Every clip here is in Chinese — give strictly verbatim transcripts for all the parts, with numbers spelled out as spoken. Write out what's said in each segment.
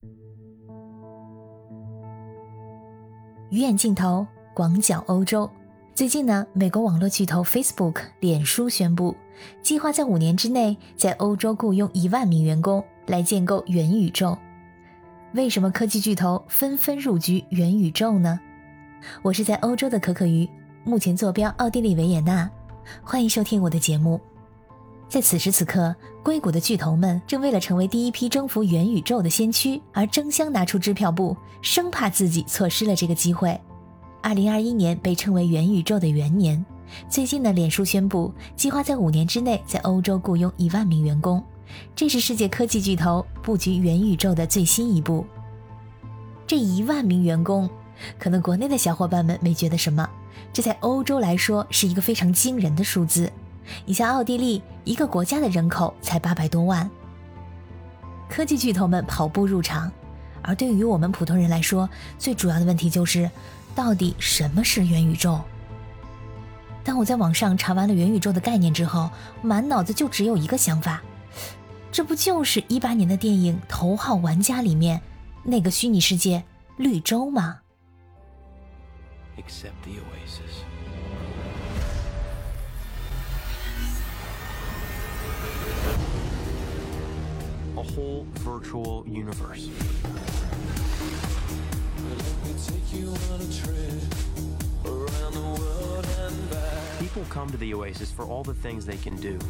鱼眼镜头，广角欧洲。最近呢，美国网络巨头 Facebook 脸书宣布，计划在五年之内在欧洲雇佣一万名员工来建构元宇宙。为什么科技巨头纷纷入局元宇宙呢？我是在欧洲的可可鱼，目前坐标奥地利维也纳，欢迎收听我的节目。在此时此刻，硅谷的巨头们正为了成为第一批征服元宇宙的先驱而争相拿出支票簿，生怕自己错失了这个机会。二零二一年被称为元宇宙的元年，最近呢，脸书宣布计划在五年之内在欧洲雇佣一万名员工，这是世界科技巨头布局元宇宙的最新一步。这一万名员工，可能国内的小伙伴们没觉得什么，这在欧洲来说是一个非常惊人的数字。你像奥地利，一个国家的人口才八百多万。科技巨头们跑步入场，而对于我们普通人来说，最主要的问题就是到底什么是元宇宙？当我在网上查完了元宇宙的概念之后，满脑子就只有一个想法，这不就是一八年的电影《头号玩家》里面那个虚拟世界绿洲吗？ Except the Oasis. A whole virtual universe. People come to the Oasis for all the things they can do.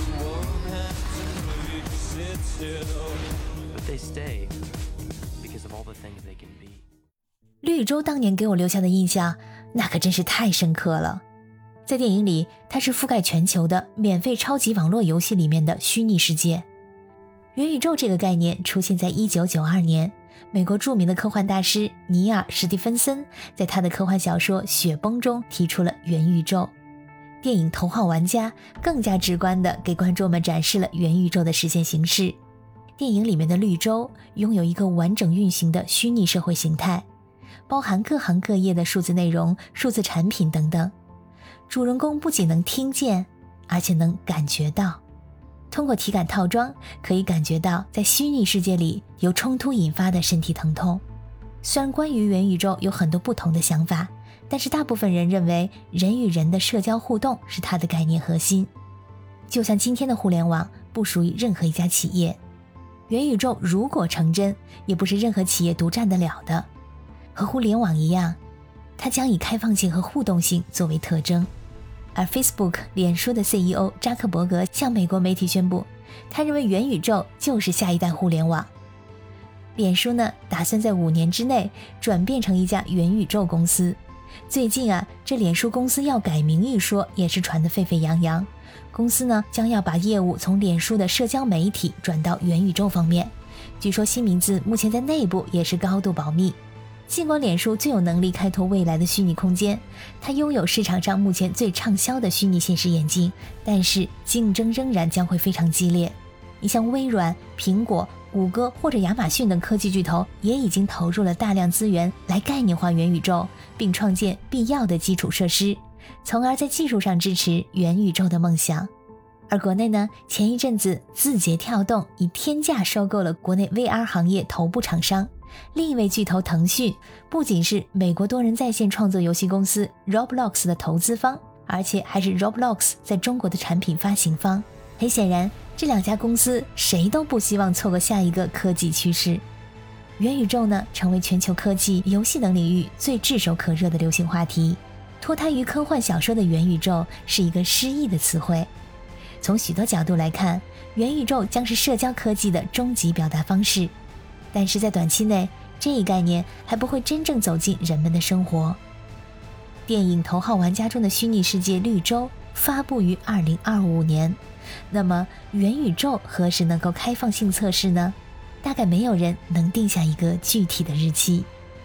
But they stay because of all the things they can be. 绿洲当年给我留下的印象，那可真是太深刻了。在电影里，它是覆盖全球的免费超级网络游戏里面的虚拟世界。元宇宙这个概念出现在一九九二年，美国著名的科幻大师尼尔·史蒂芬森在他的科幻小说《雪崩》中提出了元宇宙。电影《头号玩家》更加直观地给观众们展示了元宇宙的实现形式。电影里面的绿洲拥有一个完整运行的虚拟社会形态，包含各行各业的数字内容、数字产品等等。主人公不仅能听见，而且能感觉到。通过体感套装，可以感觉到在虚拟世界里由冲突引发的身体疼痛。虽然关于元宇宙有很多不同的想法，但是大部分人认为人与人的社交互动是它的概念核心。就像今天的互联网不属于任何一家企业，元宇宙如果成真，也不是任何企业独占得了的。和互联网一样，它将以开放性和互动性作为特征。而 Facebook 脸书的 C E O 扎克伯格向美国媒体宣布，他认为元宇宙就是下一代互联网。脸书呢，打算在五年之内转变成一家元宇宙公司。最近啊，这脸书公司要改名一说也是传得沸沸扬扬。公司呢，将要把业务从脸书的社交媒体转到元宇宙方面。据说新名字目前在内部也是高度保密。尽管脸书最有能力开拓未来的虚拟空间，它拥有市场上目前最畅销的虚拟现实眼镜，但是竞争仍然将会非常激烈。你像微软、苹果、谷歌或者亚马逊等科技巨头也已经投入了大量资源来概念化元宇宙，并创建必要的基础设施，从而在技术上支持元宇宙的梦想。而国内呢，前一阵子字节跳动以天价收购了国内 V R 行业头部厂商。另一位巨头腾讯不仅是美国多人在线创作游戏公司 Roblox 的投资方，而且还是 Roblox 在中国的产品发行方。很显然，这两家公司谁都不希望错过下一个科技趋势。元宇宙呢，成为全球科技、游戏等领域最炙手可热的流行话题。脱胎于科幻小说的元宇宙是一个诗意的词汇。从许多角度来看，元宇宙将是社交科技的终极表达方式。但是在短期内，这一概念还不会真正走进人们的生活。电影《头号玩家》中的虚拟世界绿洲发布于二零二五年，那么元宇宙何时能够开放性测试呢？大概没有人能定下一个具体的日期。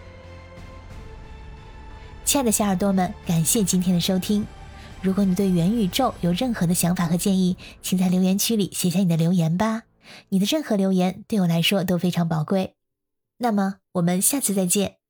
亲爱的小耳朵们，感谢今天的收听。如果你对元宇宙有任何的想法和建议，请在留言区里写下你的留言吧。你的任何留言对我来说都非常宝贵。那么我们下次再见。